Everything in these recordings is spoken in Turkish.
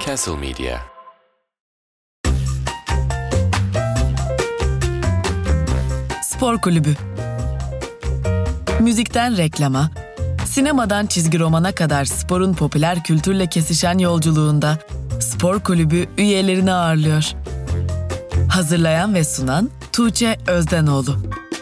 Castle Media. Spor Kulübü. Müzikten reklama, sinemadan çizgi romana kadar sporun popüler kültürle kesişen yolculuğunda Spor Kulübü üyelerini ağırlıyor. Hazırlayan ve sunan Tuğçe Özdenoğlu.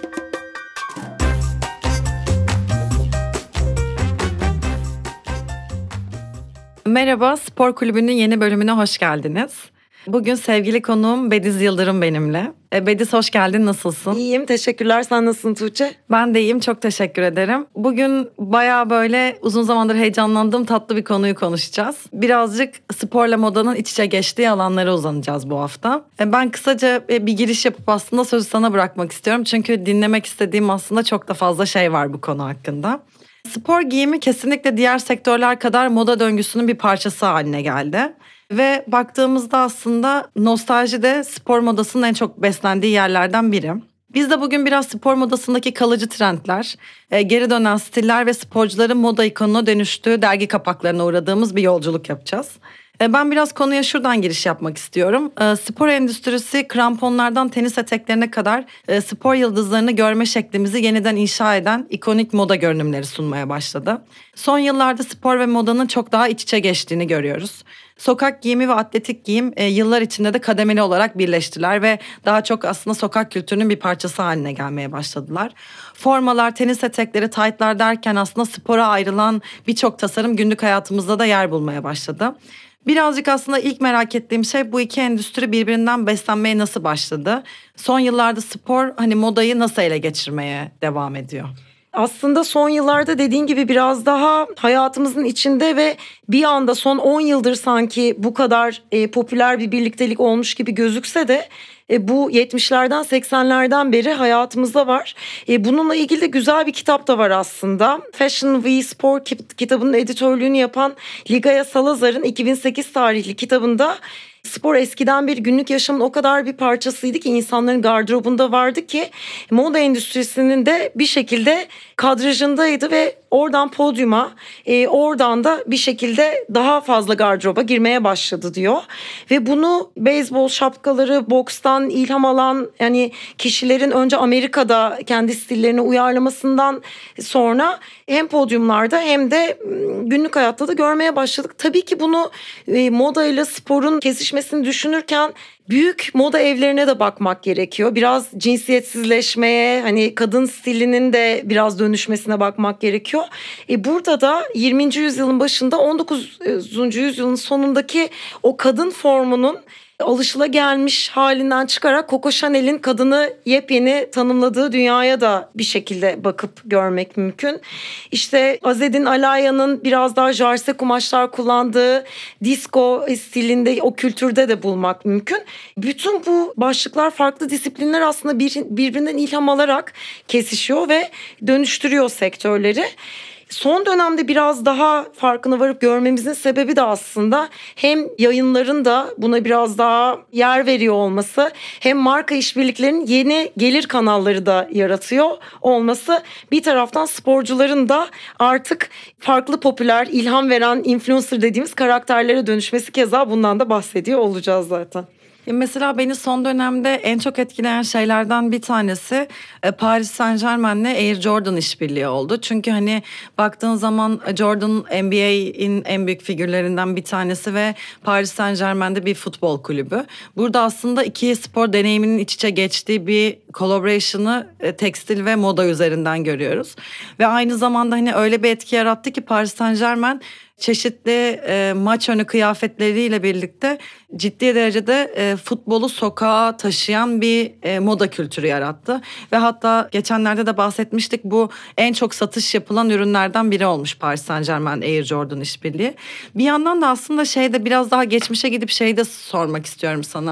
Merhaba, Spor Kulübü'nün yeni bölümüne hoş geldiniz. Bugün sevgili konuğum Bediz Yıldırım benimle. Bediz hoş geldin, nasılsın? İyiyim, teşekkürler. Sen nasılsın Tuğçe? Ben de iyiyim, çok teşekkür ederim. Bugün bayağı böyle uzun zamandır heyecanlandığım tatlı bir konuyu konuşacağız. Birazcık sporla modanın iç içe geçtiği alanlara uzanacağız bu hafta. Ben kısaca bir giriş yapıp aslında sözü sana bırakmak istiyorum. Çünkü dinlemek istediğim aslında çok da fazla şey var bu konu hakkında. Spor giyimi kesinlikle diğer sektörler kadar moda döngüsünün bir parçası haline geldi. Ve baktığımızda aslında nostalji de spor modasının en çok beslendiği yerlerden biri. Biz de bugün biraz spor modasındaki kalıcı trendler, geri dönen stiller ve sporcuların moda ikonuna dönüştüğü dergi kapaklarına uğradığımız bir yolculuk yapacağız. Ben biraz konuya şuradan giriş yapmak istiyorum. Spor endüstrisi kramponlardan tenis eteklerine kadar spor yıldızlarını görme şeklimizi yeniden inşa eden ikonik moda görünümleri sunmaya başladı. Son yıllarda spor ve modanın çok daha iç içe geçtiğini görüyoruz. Sokak giyimi ve atletik giyim yıllar içinde de kademeli olarak birleştiler ve daha çok aslında sokak kültürünün bir parçası haline gelmeye başladılar. Formalar, tenis etekleri, taytlar derken aslında spora ayrılan birçok tasarım günlük hayatımızda da yer bulmaya başladı. Birazcık aslında ilk merak ettiğim şey bu iki endüstri birbirinden beslenmeye nasıl başladı? Son yıllarda spor modayı nasıl ele geçirmeye devam ediyor? Aslında son yıllarda dediğin gibi biraz daha hayatımızın içinde ve bir anda son 10 yıldır sanki bu kadar popüler bir birliktelik olmuş gibi gözükse de bu 70'lerden 80'lerden beri hayatımızda var. Bununla ilgili de güzel bir kitap da var aslında. Fashion v Sport kitabının editörlüğünü yapan Ligaya Salazar'ın 2008 tarihli kitabında spor eskiden bir günlük yaşamın o kadar bir parçasıydı ki insanların gardırobunda vardı ki moda endüstrisinin de bir şekilde kadrajındaydı ve oradan podyuma, oradan da bir şekilde daha fazla gardıroba girmeye başladı diyor. Ve bunu beyzbol şapkaları, bokstan ilham alan kişilerin önce Amerika'da kendi stillerini uyarlamasından sonra hem podyumlarda hem de günlük hayatta da görmeye başladık. Tabii ki bunu modayla sporun kesişmesini düşünürken büyük moda evlerine de bakmak gerekiyor. Biraz cinsiyetsizleşmeye, kadın stilinin de biraz dönüşmesine bakmak gerekiyor. Burada da 20. yüzyılın başında 19. yüzyılın sonundaki o kadın formunun alışılagelmiş halinden çıkarak Coco Chanel'in kadını yepyeni tanımladığı dünyaya da bir şekilde bakıp görmek mümkün. İşte Azed'in Alaya'nın biraz daha jarse kumaşlar kullandığı disco stilinde o kültürde de bulmak mümkün. Bütün bu başlıklar farklı disiplinler aslında birbirinden ilham alarak kesişiyor ve dönüştürüyor sektörleri. Son dönemde biraz daha farkına varıp görmemizin sebebi de aslında hem yayınların da buna biraz daha yer veriyor olması, hem marka işbirliklerinin yeni gelir kanalları da yaratıyor olması, bir taraftan sporcuların da artık farklı popüler, ilham veren influencer dediğimiz karakterlere dönüşmesi, keza bundan da bahsediyor olacağız zaten. Mesela beni son dönemde en çok etkileyen şeylerden bir tanesi Paris Saint-Germain'le Air Jordan işbirliği oldu. Çünkü baktığın zaman Jordan NBA'in en büyük figürlerinden bir tanesi ve Paris Saint-Germain'de bir futbol kulübü. Burada aslında iki spor deneyiminin iç içe geçtiği bir collaboration'ı tekstil ve moda üzerinden görüyoruz. Ve aynı zamanda öyle bir etki yarattı ki Paris Saint-Germain çeşitli maç önü kıyafetleriyle birlikte ciddi derecede futbolu sokağa taşıyan bir moda kültürü yarattı. Ve hatta geçenlerde de bahsetmiştik, bu en çok satış yapılan ürünlerden biri olmuş Paris Saint-Germain Air Jordan işbirliği. Bir yandan da aslında biraz daha geçmişe gidip de sormak istiyorum sana.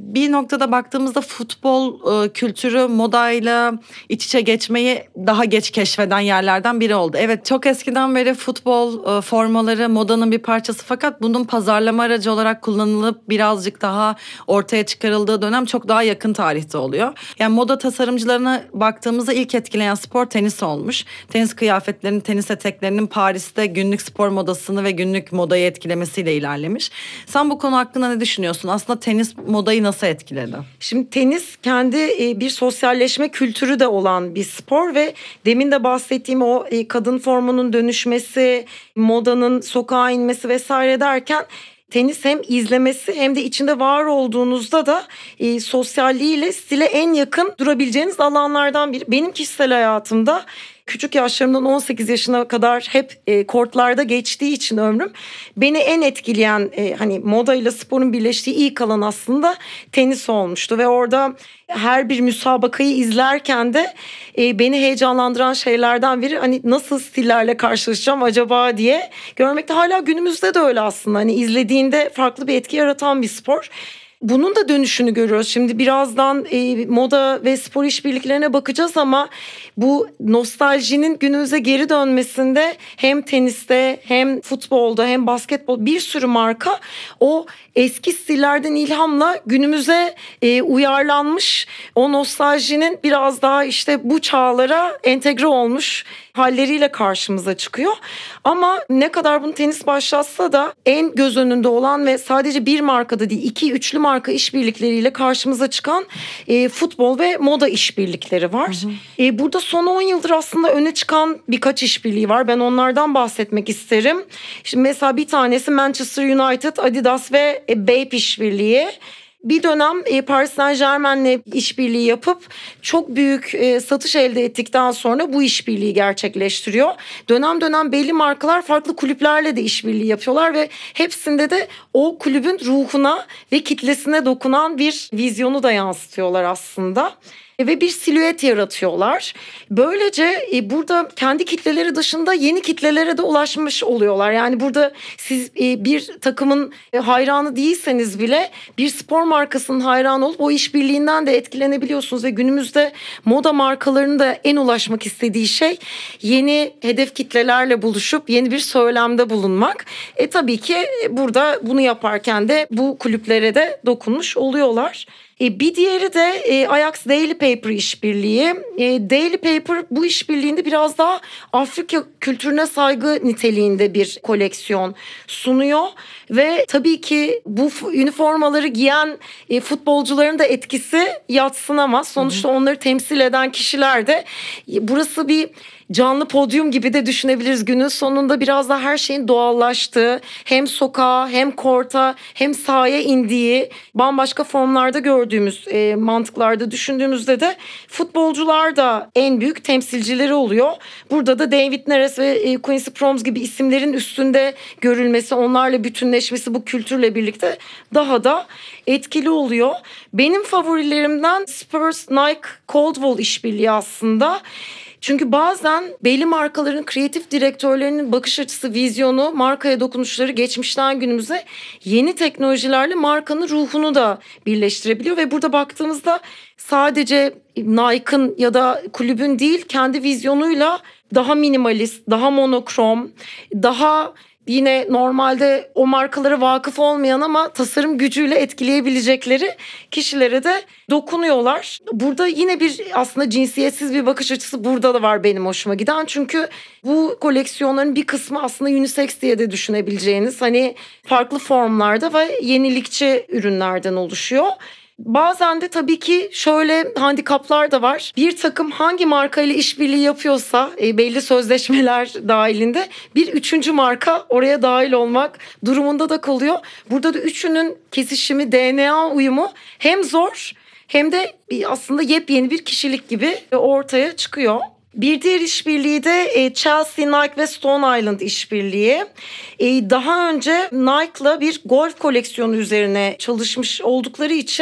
bir noktada baktığımızda futbol kültürü modayla iç içe geçmeyi daha geç keşfeden yerlerden biri oldu. Evet, çok eskiden beri futbol formaları modanın bir parçası, fakat bunun pazarlama aracı olarak kullanılıp birazcık daha ortaya çıkarıldığı dönem çok daha yakın tarihte oluyor. Yani moda tasarımcılarına baktığımızda ilk etkileyen spor tenis olmuş. Tenis kıyafetlerinin, tenis eteklerinin Paris'te günlük spor modasını ve günlük modayı etkilemesiyle ilerlemiş. Sen bu konu hakkında ne düşünüyorsun? Aslında tenis modayı nasıl etkiledi? Şimdi tenis kendi bir sosyalleşme kültürü de olan bir spor ve demin de bahsettiğim o kadın formunun dönüşmesi, modanın sokağa inmesi vesaire derken tenis hem izlemesi hem de içinde var olduğunuzda da sosyalliğiyle stile en yakın durabileceğiniz alanlardan biri. Benim kişisel hayatımda küçük yaşlarımdan 18 yaşına kadar hep kortlarda geçtiği için ömrüm, beni en etkileyen hani moda ile sporun birleştiği ilk alan aslında tenis olmuştu ve orada her bir müsabakayı izlerken de beni heyecanlandıran şeylerden biri hani nasıl stillerle karşılaşacağım acaba diye görmekte. Hala günümüzde de öyle aslında, hani izlediğinde farklı bir etki yaratan bir spor. Bunun da dönüşünü görüyoruz. Şimdi birazdan moda ve spor işbirliklerine bakacağız ama bu nostaljinin günümüze geri dönmesinde hem teniste hem futbolda hem basketbol bir sürü marka o eski stillerden ilhamla günümüze uyarlanmış, o nostaljinin biraz daha işte bu çağlara entegre olmuş halleriyle karşımıza çıkıyor. Ama ne kadar bunu tenis başlatsa da en göz önünde olan ve sadece bir markada değil 2-3'lü marka işbirlikleriyle karşımıza çıkan futbol ve moda işbirlikleri var. Burada son 10 yıldır aslında öne çıkan birkaç işbirliği var. Ben onlardan bahsetmek isterim. Şimdi mesela bir tanesi Manchester United, Adidas ve Bape işbirliği. Bir dönem Paris Saint-Germain'le işbirliği yapıp çok büyük satış elde ettikten sonra bu işbirliği gerçekleştiriyor. Dönem dönem belli markalar farklı kulüplerle de işbirliği yapıyorlar ve hepsinde de o kulübün ruhuna ve kitlesine dokunan bir vizyonu da yansıtıyorlar aslında. Ve bir silüet yaratıyorlar. Böylece burada kendi kitleleri dışında yeni kitlelere de ulaşmış oluyorlar. Yani burada siz bir takımın hayranı değilseniz bile bir spor markasının hayranı olup o işbirliğinden de etkilenebiliyorsunuz. Ve günümüzde moda markalarının da en ulaşmak istediği şey yeni hedef kitlelerle buluşup yeni bir söylemde bulunmak. Tabii ki burada bunu yaparken de bu kulüplere de dokunmuş oluyorlar. Bir diğeri de Ajax Daily Paper işbirliği. Daily Paper bu işbirliğinde biraz daha Afrika kültürüne saygı niteliğinde bir koleksiyon sunuyor. Ve tabii ki bu üniformaları giyen futbolcuların da etkisi yadsınamaz. Sonuçta onları temsil eden kişiler de, burası bir canlı podyum gibi de düşünebiliriz. Günün sonunda biraz da her şeyin doğallaştığı, hem sokağa hem korta hem sahaya indiği, bambaşka formlarda gördüğümüz mantıklarda düşündüğümüzde de futbolcular da en büyük temsilcileri oluyor. Burada da David Neres ve Quincy Promes gibi isimlerin üstünde görülmesi, onlarla bütünleşmesi bu kültürle birlikte daha da etkili oluyor. Benim favorilerimden Spurs Nike Coldwell işbirliği aslında. Çünkü bazen belli markaların kreatif direktörlerinin bakış açısı, vizyonu, markaya dokunuşları geçmişten günümüze yeni teknolojilerle markanın ruhunu da birleştirebiliyor. Ve burada baktığımızda sadece Nike'ın ya da kulübün değil, kendi vizyonuyla daha minimalist, daha monokrom, daha yine normalde o markalara vakıf olmayan ama tasarım gücüyle etkileyebilecekleri kişilere de dokunuyorlar. Burada yine bir aslında cinsiyetsiz bir bakış açısı burada da var benim hoşuma giden. Çünkü bu koleksiyonların bir kısmı aslında unisex diye de düşünebileceğiniz, hani farklı formlarda ve yenilikçi ürünlerden oluşuyor. Bazen de tabii ki şöyle handikaplar da var. Bir takım hangi markayla işbirliği yapıyorsa belli sözleşmeler dahilinde bir üçüncü marka oraya dahil olmak durumunda da kalıyor. Burada da üçünün kesişimi, DNA uyumu hem zor hem de aslında yepyeni bir kişilik gibi ortaya çıkıyor. Bir diğer işbirliği de Chelsea, Nike ve Stone Island işbirliği. Daha önce Nike'la bir golf koleksiyonu üzerine çalışmış oldukları için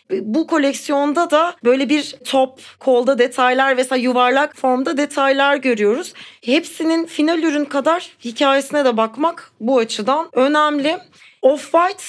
Bu koleksiyonda da böyle bir top, kolda detaylar vesaire yuvarlak formda detaylar görüyoruz. Hepsinin final ürün kadar hikayesine de bakmak bu açıdan önemli. Off-White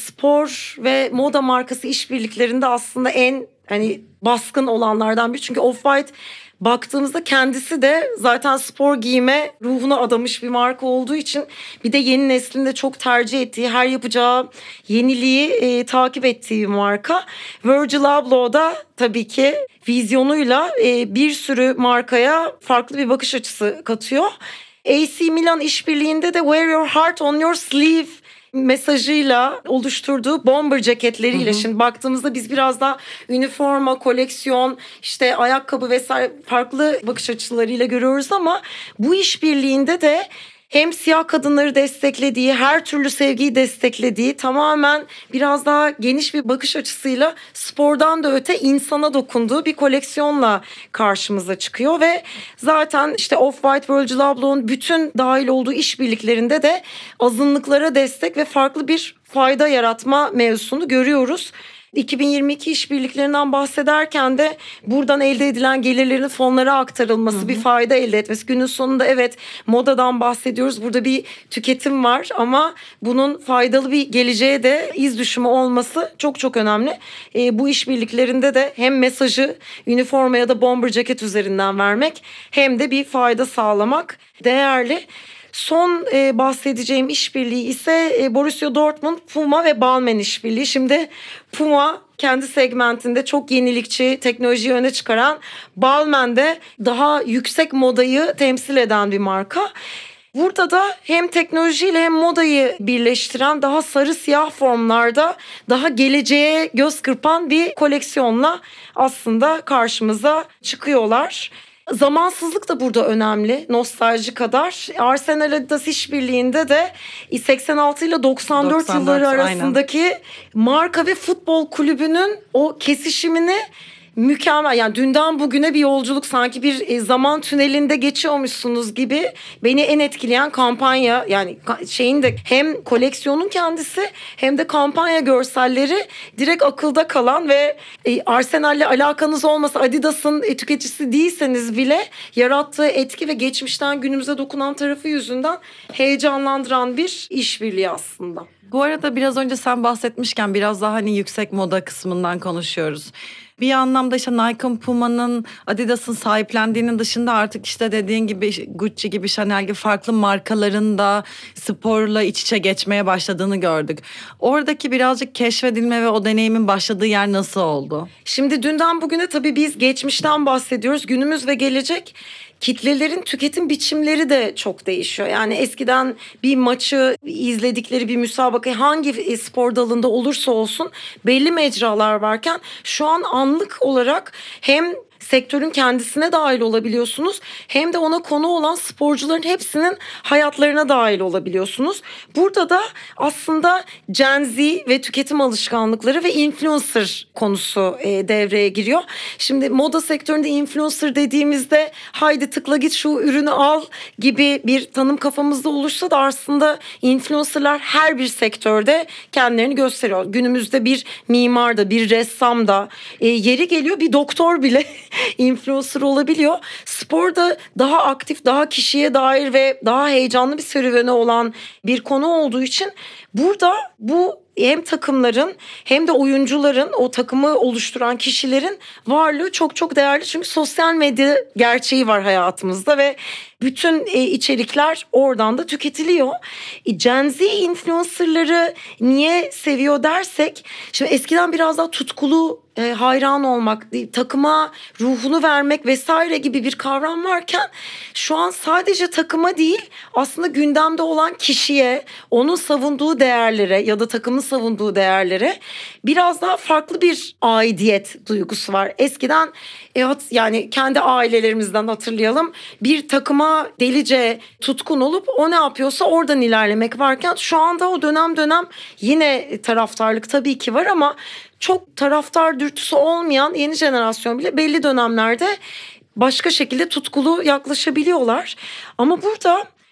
spor ve moda markası işbirliklerinde aslında en baskın olanlardan biri. Çünkü Off-White baktığımızda kendisi de zaten spor giyime ruhuna adamış bir marka olduğu için bir de yeni neslin de çok tercih ettiği, her yapacağı yeniliği takip ettiği bir marka. Virgil Abloh da tabii ki vizyonuyla bir sürü markaya farklı bir bakış açısı katıyor. AC Milan işbirliğinde de Wear Your Heart on Your Sleeve mesajıyla oluşturduğu bomber ceketleriyle, şimdi baktığımızda biz biraz daha üniforma, koleksiyon, işte ayakkabı vesaire farklı bakış açılarıyla görüyoruz ama bu işbirliğinde de hem siyah kadınları desteklediği, her türlü sevgiyi desteklediği, tamamen biraz daha geniş bir bakış açısıyla spordan da öte insana dokunduğu bir koleksiyonla karşımıza çıkıyor ve zaten işte Off-White, Virgil Abloh'un bütün dahil olduğu işbirliklerinde de azınlıklara destek ve farklı bir fayda yaratma mevzusunu görüyoruz. 2022 işbirliklerinden bahsederken de buradan elde edilen gelirlerin fonlara aktarılması, bir fayda elde etmesi. Günün sonunda evet, modadan bahsediyoruz. Burada bir tüketim var ama bunun faydalı bir geleceğe de iz düşümü olması çok çok önemli. Bu işbirliklerinde de hem mesajı üniforma ya da bomber ceket üzerinden vermek hem de bir fayda sağlamak değerli. Son bahsedeceğim işbirliği ise Borussia Dortmund, Puma ve Balmain işbirliği. Şimdi Puma kendi segmentinde çok yenilikçi, teknolojiyi öne çıkaran, Balmain de daha yüksek modayı temsil eden bir marka. Burada da hem teknolojiyle hem modayı birleştiren, daha sarı siyah formlarda daha geleceğe göz kırpan bir koleksiyonla aslında karşımıza çıkıyorlar. Zamansızlık da burada önemli, nostalji kadar. Arsenal Adidas işbirliğinde de 86 ile 94 yılları arasındaki aynen, marka ve futbol kulübünün o kesişimini mükemmel. Yani dünden bugüne bir yolculuk, sanki bir zaman tünelinde geçiyormuşsunuz gibi beni en etkileyen kampanya, yani şeyin de hem koleksiyonun kendisi hem de kampanya görselleri direkt akılda kalan ve Arsenal'le alakanız olmasa, Adidas'ın tüketicisi değilseniz bile yarattığı etki ve geçmişten günümüze dokunan tarafı yüzünden heyecanlandıran bir işbirliği aslında. Bu arada biraz önce sen bahsetmişken biraz daha yüksek moda kısmından konuşuyoruz. Bir anlamda işte Nike'ın, Puma'nın, Adidas'ın sahiplendiğinin dışında artık işte dediğin gibi Gucci gibi, Chanel gibi farklı markaların da sporla iç içe geçmeye başladığını gördük. Oradaki birazcık keşfedilme ve o deneyimin başladığı yer nasıl oldu? Şimdi dünden bugüne tabii biz geçmişten bahsediyoruz. Günümüz ve gelecek, kitlelerin tüketim biçimleri de çok değişiyor. Yani eskiden bir maçı izledikleri, bir müsabaka hangi spor dalında olursa olsun belli mecralar varken şu an anlık olarak hem sektörün kendisine dahil olabiliyorsunuz hem de ona konu olan sporcuların hepsinin hayatlarına dahil olabiliyorsunuz. Burada da aslında Gen Z ve tüketim alışkanlıkları ve influencer konusu devreye giriyor. Şimdi moda sektöründe influencer dediğimizde haydi tıkla git şu ürünü al gibi bir tanım kafamızda olursa da aslında influencerlar her bir sektörde kendilerini gösteriyor. Günümüzde bir mimar da, bir ressam da, yeri geliyor bir doktor bile influencer olabiliyor. Sporda daha aktif, daha kişiye dair ve daha heyecanlı bir serüveni olan bir konu olduğu için burada bu hem takımların hem de oyuncuların, o takımı oluşturan kişilerin varlığı çok çok değerli. Çünkü sosyal medya gerçeği var hayatımızda ve bütün içerikler oradan da tüketiliyor. Gen Z influencerları niye seviyor dersek, şimdi eskiden biraz daha tutkulu hayran olmak, takıma ruhunu vermek vesaire gibi bir kavram varken şu an sadece takıma değil, aslında gündemde olan kişiye, onun savunduğu değerlere ya da takımın savunduğu değerlere biraz daha farklı bir aidiyet duygusu var. Eskiden yani kendi ailelerimizden hatırlayalım, bir takıma delice tutkun olup o ne yapıyorsa oradan ilerlemek varken şu anda o dönem dönem yine taraftarlık tabii ki var ama çok taraftar dürtüsü olmayan yeni jenerasyon bile belli dönemlerde başka şekilde tutkulu yaklaşabiliyorlar. Ama burada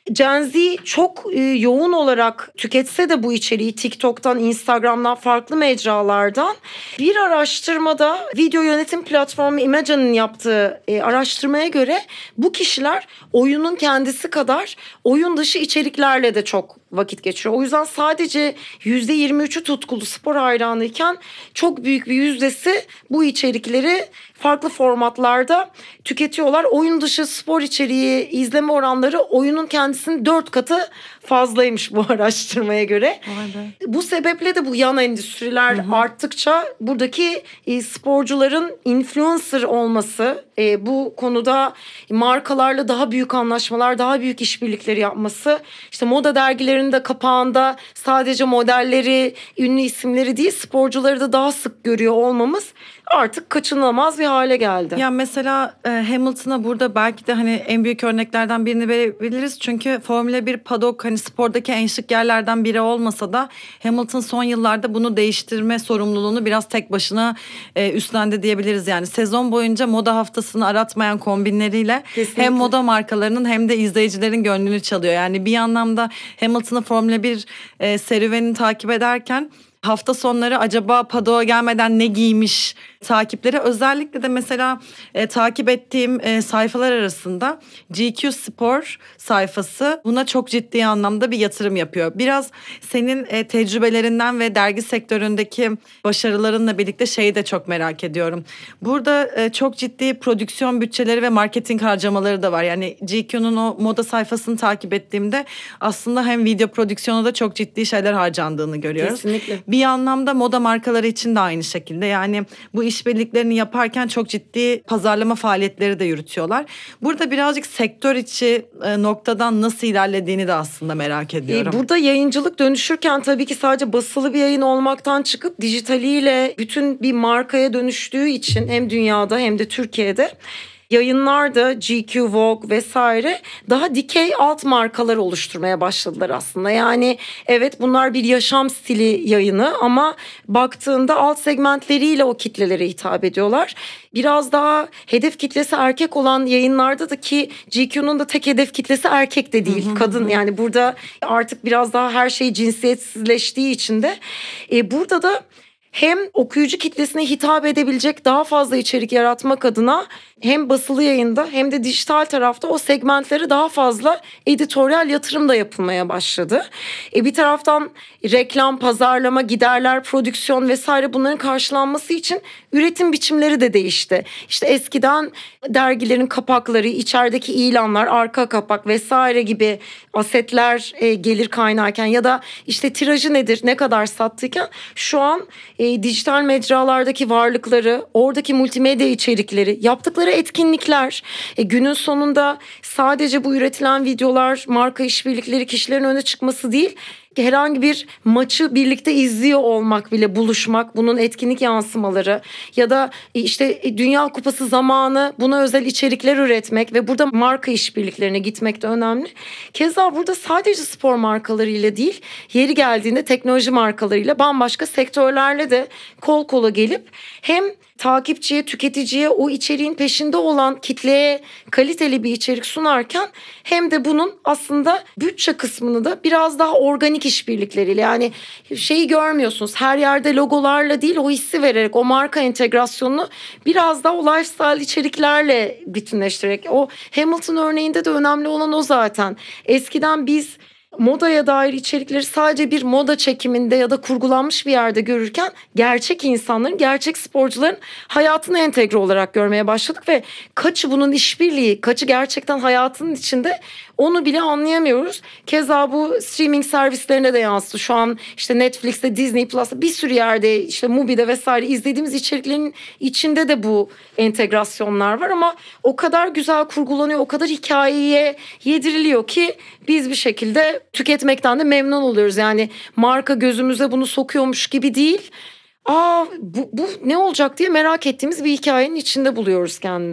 Gen Z çok yoğun olarak tüketse de bu içeriği TikTok'tan, Instagram'dan, farklı mecralardan, bir araştırmada video yönetim platformu Image'nin yaptığı araştırmaya göre bu kişiler oyunun kendisi kadar oyun dışı içeriklerle de çok vakit geçiriyor. O yüzden sadece %23'ü tutkulu spor hayranıyken çok büyük bir yüzdesi bu içerikleri farklı formatlarda tüketiyorlar. Oyun dışı spor içeriği izleme oranları oyunun kendisinin 4 katı fazlaymış bu araştırmaya göre. Bu sebeple de bu yan endüstriler arttıkça buradaki sporcuların influencer olması, bu konuda markalarla daha büyük anlaşmalar, daha büyük işbirlikleri yapması, işte moda dergilerinin de kapağında sadece modelleri, ünlü isimleri değil, sporcuları da daha sık görüyor olmamız artık kaçınılmaz bir hale geldi. Ya mesela Hamilton'a burada belki de hani en büyük örneklerden birini verebiliriz. Çünkü Formula 1 paddock hani spordaki en şık yerlerden biri olmasa da Hamilton son yıllarda bunu değiştirme sorumluluğunu biraz tek başına üstlendi diyebiliriz. Yani sezon boyunca moda haftasını aratmayan kombinleriyle Kesinlikle. hem moda markalarının hem de izleyicilerin gönlünü çalıyor. Yani bir anlamda Hamilton'ı Formula 1 serüvenini takip ederken hafta sonları acaba paddock'a gelmeden ne giymiş takipleri, özellikle de mesela takip ettiğim sayfalar arasında GQ Spor sayfası buna çok ciddi anlamda bir yatırım yapıyor. Biraz senin tecrübelerinden ve dergi sektöründeki başarılarınla birlikte şeyi de çok merak ediyorum. Burada çok ciddi prodüksiyon bütçeleri ve marketing harcamaları da var. Yani GQ'nun o moda sayfasını takip ettiğimde aslında hem video prodüksiyonu da çok ciddi şeyler harcandığını görüyoruz. Kesinlikle. Bir anlamda moda markaları için de aynı şekilde. Yani bu işbirliklerini yaparken çok ciddi pazarlama faaliyetleri de yürütüyorlar. Burada birazcık sektör içi noktadan nasıl ilerlediğini de aslında merak ediyorum. Burada yayıncılık dönüşürken tabii ki sadece basılı bir yayın olmaktan çıkıp dijitaliyle bütün bir markaya dönüştüğü için hem dünyada hem de Türkiye'de yayınlarda GQ, Vogue vesaire daha dikey alt markalar oluşturmaya başladılar aslında. Yani evet, bunlar bir yaşam stili yayını ama baktığında alt segmentleriyle o kitlelere hitap ediyorlar. Biraz daha hedef kitlesi erkek olan yayınlarda da, ki GQ'nun da tek hedef kitlesi erkek de değil, kadın. Yani burada artık biraz daha her şey cinsiyetsizleştiği için de burada da hem okuyucu kitlesine hitap edebilecek daha fazla içerik yaratmak adına hem basılı yayında hem de dijital tarafta o segmentlere daha fazla editoryal yatırım da yapılmaya başladı. Bir taraftan reklam, pazarlama, giderler, prodüksiyon vesaire, bunların karşılanması için üretim biçimleri de değişti. İşte eskiden dergilerin kapakları, içerideki ilanlar, arka kapak vesaire gibi asetler gelir kaynağıyken ya da işte tirajı nedir, ne kadar sattıyken, şu an dijital mecralardaki varlıkları, oradaki multimedya içerikleri, yaptıkları etkinlikler, günün sonunda sadece bu üretilen videolar, marka işbirlikleri, kişilerin öne çıkması değil, herhangi bir maçı birlikte izliyor olmak bile, buluşmak, bunun etkinlik yansımaları ya da işte Dünya Kupası zamanı buna özel içerikler üretmek ve burada marka işbirliklerine gitmek de önemli. Keza burada sadece spor markalarıyla değil, yeri geldiğinde teknoloji markalarıyla, bambaşka sektörlerle de kol kola gelip hem takipçiye, tüketiciye, o içeriğin peşinde olan kitleye kaliteli bir içerik sunarken hem de bunun aslında bütçe kısmını da biraz daha organik işbirlikleriyle, yani şeyi görmüyorsunuz, her yerde logolarla değil, o hissi vererek, o marka entegrasyonunu biraz daha o lifestyle içeriklerle bütünleştirerek. O Hamilton örneğinde de önemli olan o zaten. Eskiden biz modaya dair içerikleri sadece bir moda çekiminde ya da kurgulanmış bir yerde görürken gerçek insanların, gerçek sporcuların hayatına entegre olarak görmeye başladık ve kaçı bunun işbirliği, kaçı gerçekten hayatının içinde, onu bile anlayamıyoruz. Keza bu streaming servislerine de yansıdı. Şu an işte Netflix'te, Disney Plus'ta, bir sürü yerde, işte Mubi'de vesaire izlediğimiz içeriklerin içinde de bu entegrasyonlar var ama o kadar güzel kurgulanıyor, o kadar hikayeye yediriliyor ki biz bir şekilde tüketmekten de memnun oluyoruz. Yani marka gözümüze bunu sokuyormuş gibi değil. Bu ne olacak diye merak ettiğimiz bir hikayenin içinde buluyoruz kendimizi.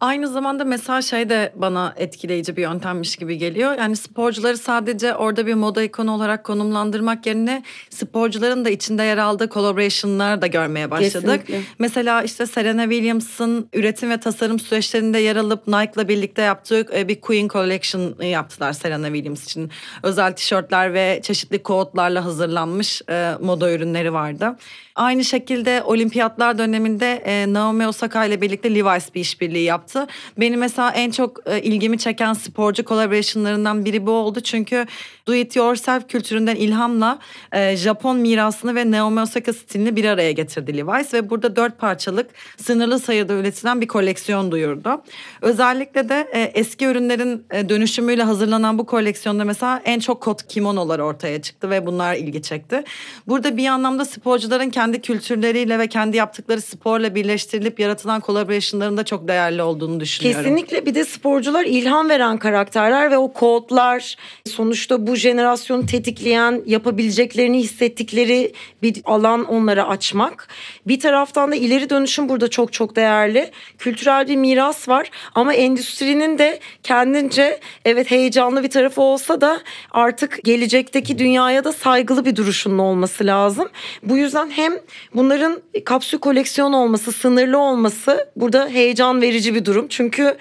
Aynı zamanda mesela şey de bana etkileyici bir yöntemmiş gibi geliyor. Yani sporcuları sadece orada bir moda ikonu olarak konumlandırmak yerine sporcuların da içinde yer aldığı collaboration'lar da görmeye başladık. Kesinlikle. Mesela işte Serena Williams'ın üretim ve tasarım süreçlerinde yer alıp Nike'la birlikte yaptığı bir Queen Collection yaptılar Serena Williams için. Özel tişörtler ve çeşitli kodlarla hazırlanmış moda ürünleri vardı. Aynı şekilde olimpiyatlar döneminde Naomi Osaka ile birlikte Levi's bir işbirliği yaptı. Benim mesela en çok ilgimi çeken sporcu collaboration'larından biri bu oldu. Çünkü do it yourself kültüründen ilhamla Japon mirasını ve Naomi Osaka stilini bir araya getirdi Levi's ve burada 4 parçalık sınırlı sayıda üretilen bir koleksiyon duyurdu. Özellikle de eski ürünlerin dönüşümüyle hazırlanan bu koleksiyonda mesela en çok kot kimonolar ortaya çıktı ve bunlar ilgi çekti. Burada bir anlamda sporcuların kendi kültürleriyle ve kendi yaptıkları sporla birleştirilip yaratılan collaboration'ların da çok değerli olduğunu düşünüyorum. Kesinlikle, bir de sporcular ilham veren karakterler ve o kodlar sonuçta bu jenerasyonu tetikleyen, yapabileceklerini hissettikleri bir alan onlara açmak. Bir taraftan da ileri dönüşüm burada çok çok değerli. Kültürel bir miras var ama endüstrinin de kendince evet heyecanlı bir tarafı olsa da artık gelecekteki dünyaya da saygılı bir duruşunun olması lazım. Bu yüzden hem bunların kapsül koleksiyon olması, sınırlı olması burada heyecan verici bir durum. Çünkü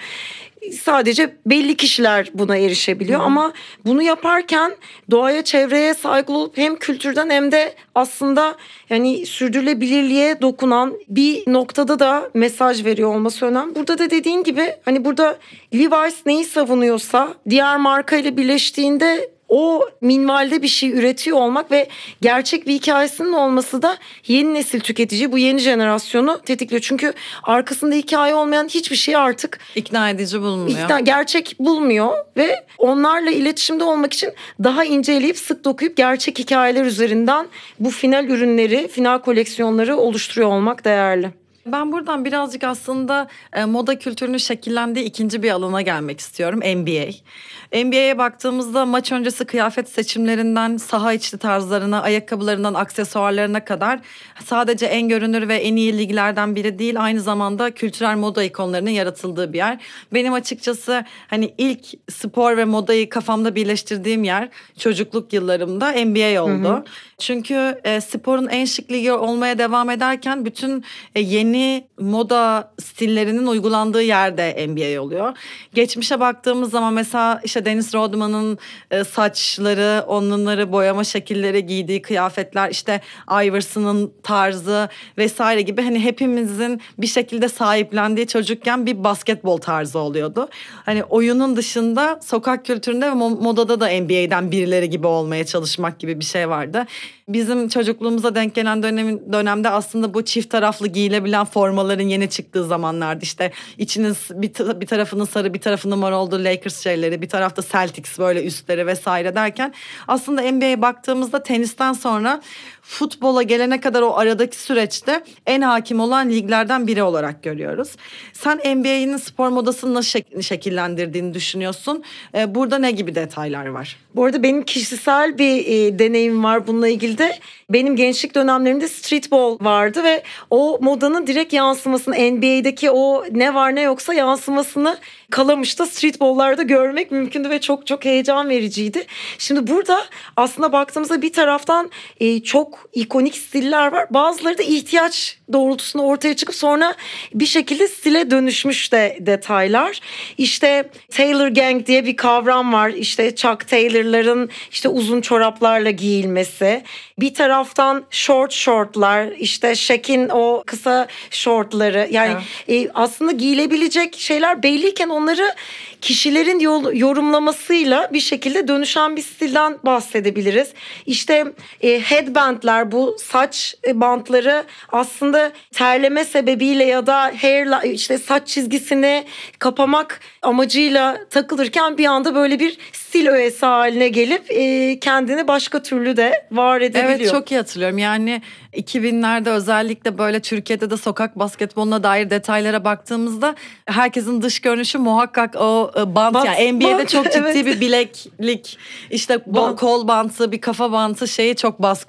sadece belli kişiler buna erişebiliyor ama bunu yaparken doğaya, çevreye saygılı olup hem kültürden hem de aslında yani sürdürülebilirliğe dokunan bir noktada da mesaj veriyor olması önemli. Burada da dediğin gibi hani burada Levi's neyi savunuyorsa diğer markayla birleştiğinde o minvalde bir şey üretiyor olmak ve gerçek bir hikayesinin olması da yeni nesil tüketici, bu yeni jenerasyonu tetikliyor. Çünkü arkasında hikaye olmayan hiçbir şey artık ikna edici bulunmuyor. Gerçek bulmuyor ve onlarla iletişimde olmak için daha inceleyip sık dokuyup gerçek hikayeler üzerinden bu final ürünleri, final koleksiyonları oluşturuyor olmak değerli. Ben buradan birazcık aslında moda kültürünün şekillendiği ikinci bir alana gelmek istiyorum. NBA. NBA'ye baktığımızda maç öncesi kıyafet seçimlerinden saha içi tarzlarına, ayakkabılarından aksesuarlarına kadar sadece en görünür ve en iyi liglerden biri değil, aynı zamanda kültürel moda ikonlarının yaratıldığı bir yer. Benim açıkçası hani ilk spor ve modayı kafamda birleştirdiğim yer çocukluk yıllarımda NBA oldu. Hı hı. Çünkü sporun en şık ligi olmaya devam ederken bütün yeni moda stillerinin uygulandığı yerde NBA oluyor. Geçmişe baktığımız zaman mesela işte Dennis Rodman'ın saçları, onları boyama şekilleri, giydiği kıyafetler, işte Iverson'ın tarzı vesaire gibi hani hepimizin bir şekilde sahiplendiği çocukken bir basketbol tarzı oluyordu. Hani oyunun dışında sokak kültüründe ve modada da NBA'den birileri gibi olmaya çalışmak gibi bir şey vardı. Bizim çocukluğumuza denk gelen dönemde aslında bu çift taraflı giyilebilen formaların yeni çıktığı zamanlardı. İşte içinin bir tarafının sarı, bir tarafının mor olduğu Lakers şeyleri, bir tarafta Celtics böyle üstleri vesaire derken aslında NBA'ye baktığımızda tenisten sonra futbola gelene kadar o aradaki süreçte en hakim olan liglerden biri olarak görüyoruz. Sen NBA'nin spor modasını nasıl şekillendirdiğini düşünüyorsun? Burada ne gibi detaylar var? Bu arada benim kişisel bir deneyimim var bununla ilgili de. Benim gençlik dönemlerimde streetball vardı ve o modanın direkt yansımasını, NBA'deki o ne var ne yoksa yansımasını Kalamış'ta streetball'larda görmek mümkündü ve çok çok heyecan vericiydi. Şimdi burada aslında baktığımızda bir taraftan çok ikonik stiller var. Bazıları da ihtiyaç doğrultusunda ortaya çıkıp sonra bir şekilde stile dönüşmüş de detaylar. İşte Taylor Gang diye bir kavram var. İşte Chuck Taylor'ların işte uzun çoraplarla giyilmesi. Bir taraftan shortlar, işte Shaq'in o kısa şortları. Yani evet. Aslında giyilebilecek şeyler belliyken onları kişilerin yorumlamasıyla bir şekilde dönüşen bir stilden bahsedebiliriz. İşte headbandler, bu saç bantları aslında terleme sebebiyle ya da işte saç çizgisini kapamak amacıyla takılırken bir anda böyle bir stil öğesi haline gelip kendini başka türlü de var edebiliyor. Evet, çok iyi hatırlıyorum. Yani 2000'lerde özellikle böyle Türkiye'de de sokak basketboluna dair detaylara baktığımızda herkesin dış görünüşü muhakkak o bant yani NBA'de çok ciddi evet. Bir bileklik, işte kol bantı, bir kafa bantı şeyi çok baskın yani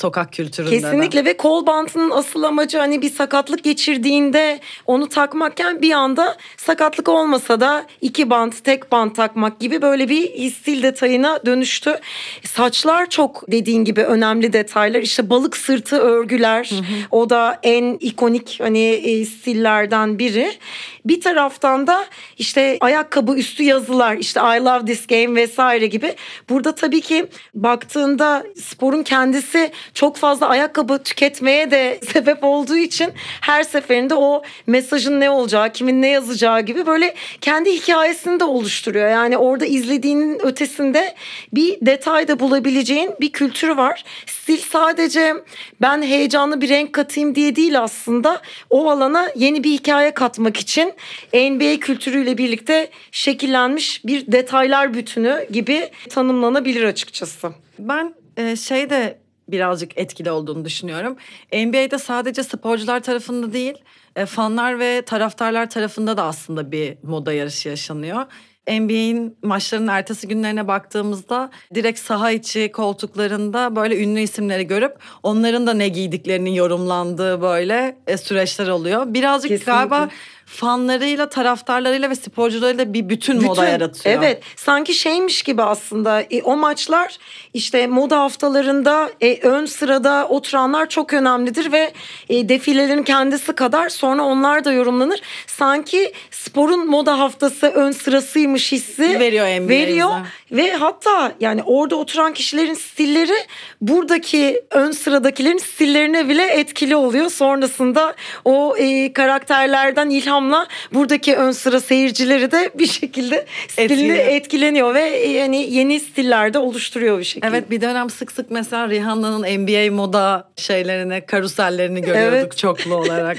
sokak kültüründe. Kesinlikle ve kol bantının asıl amacı hani bir sakatlık geçirdiğinde onu takmakken bir anda sakatlık olmasa da 2 bant, tek bant takmak gibi böyle bir stil detayına dönüştü. Saçlar çok dediğin gibi önemli detaylar. İşte balık sırtı örgüler, o da en ikonik hani stillerden biri. Bir taraftan da işte ayakkabı üstü yazılar, işte I love this game vesaire gibi. Burada tabii ki baktığında sporun kendisi çok fazla ayakkabı tüketmeye de sebep olduğu için her seferinde o mesajın ne olacağı, kimin ne yazacağı gibi böyle kendi hikayesini de oluşturuyor. Yani orada izlediğinin ötesinde bir detay da bulabileceğin bir kültürü var. Stil sadece ben heyecanlı bir renk katayım diye değil aslında, o alana yeni bir hikaye katmak için NBA kültürüyle birlikte şekillenmiş bir detaylar bütünü gibi tanımlanabilir açıkçası. Ben şey de birazcık etkili olduğunu düşünüyorum. NBA'de sadece sporcular tarafında değil, fanlar ve taraftarlar tarafında da aslında bir moda yarışı yaşanıyor. NBA'in maçlarının ertesi günlerine baktığımızda direkt saha içi koltuklarında böyle ünlü isimleri görüp onların da ne giydiklerinin yorumlandığı böyle süreçler oluyor. Birazcık Kesinlikle. galiba fanlarıyla, taraftarlarıyla ve sporcularıyla bir bütün moda yaratıyor. Evet, sanki şeymiş gibi aslında o maçlar işte moda haftalarında ön sırada oturanlar çok önemlidir ve defilelerin kendisi kadar sonra onlar da yorumlanır. Sanki sporun moda haftası ön sırasıymış hissi veriyor NBA'ye. Veriyor ve hatta yani orada oturan kişilerin stilleri buradaki ön sıradakilerin stillerine bile etkili oluyor. Sonrasında o karakterlerden ilhamla buradaki ön sıra seyircileri de bir şekilde stilini etkileniyor ve yani yeni stiller de oluşturuyor bir şekilde. Evet, bir dönem sık sık mesela Rihanna'nın NBA moda şeylerini, karusellerini görüyorduk çoklu olarak.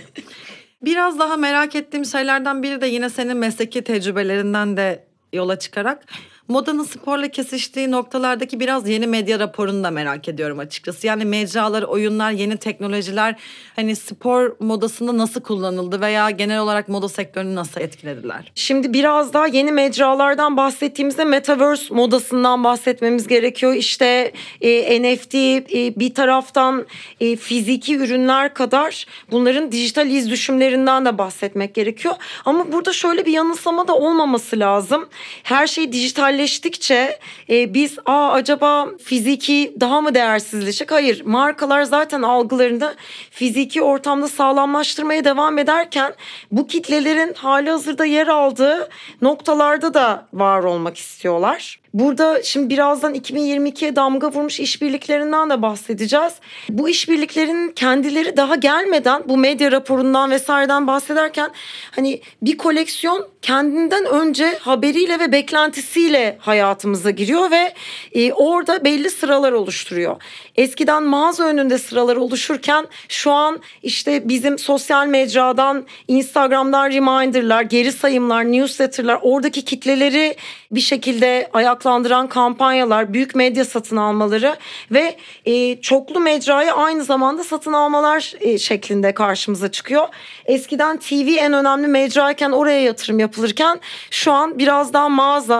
Biraz daha merak ettiğim şeylerden biri de yine senin mesleki tecrübelerinden de yola çıkarak modanın sporla kesiştiği noktalardaki biraz yeni medya raporunu da merak ediyorum açıkçası. Yani mecralar, oyunlar, yeni teknolojiler hani spor modasında nasıl kullanıldı veya genel olarak moda sektörünü nasıl etkilediler? Şimdi biraz daha yeni mecralardan bahsettiğimizde Metaverse modasından bahsetmemiz gerekiyor. İşte NFT, bir taraftan fiziki ürünler kadar bunların dijital iz düşümlerinden de bahsetmek gerekiyor. Ama burada şöyle bir yanılsama da olmaması lazım. Her şey dijitalleştikçe biz acaba fiziki daha mı değersizleşecek? Hayır, markalar zaten algılarını fiziki ortamda sağlamlaştırmaya devam ederken bu kitlelerin halihazırda yer aldığı noktalarda da var olmak istiyorlar. Burada şimdi birazdan 2022'ye damga vurmuş işbirliklerinden de bahsedeceğiz. Bu işbirliklerin kendileri daha gelmeden bu medya raporundan vesaireden bahsederken hani bir koleksiyon kendinden önce haberiyle ve beklentisiyle hayatımıza giriyor ve orada belli sıralar oluşturuyor. Eskiden mağaza önünde sıralar oluşurken şu an işte bizim sosyal mecradan, Instagram'dan reminderlar, geri sayımlar, newsletterlar, oradaki kitleleri bir şekilde ayaklandıran kampanyalar, büyük medya satın almaları ve çoklu mecrayı aynı zamanda satın almalar şeklinde karşımıza çıkıyor. Eskiden TV en önemli mecrayken oraya yatırım yapılırken şu an biraz daha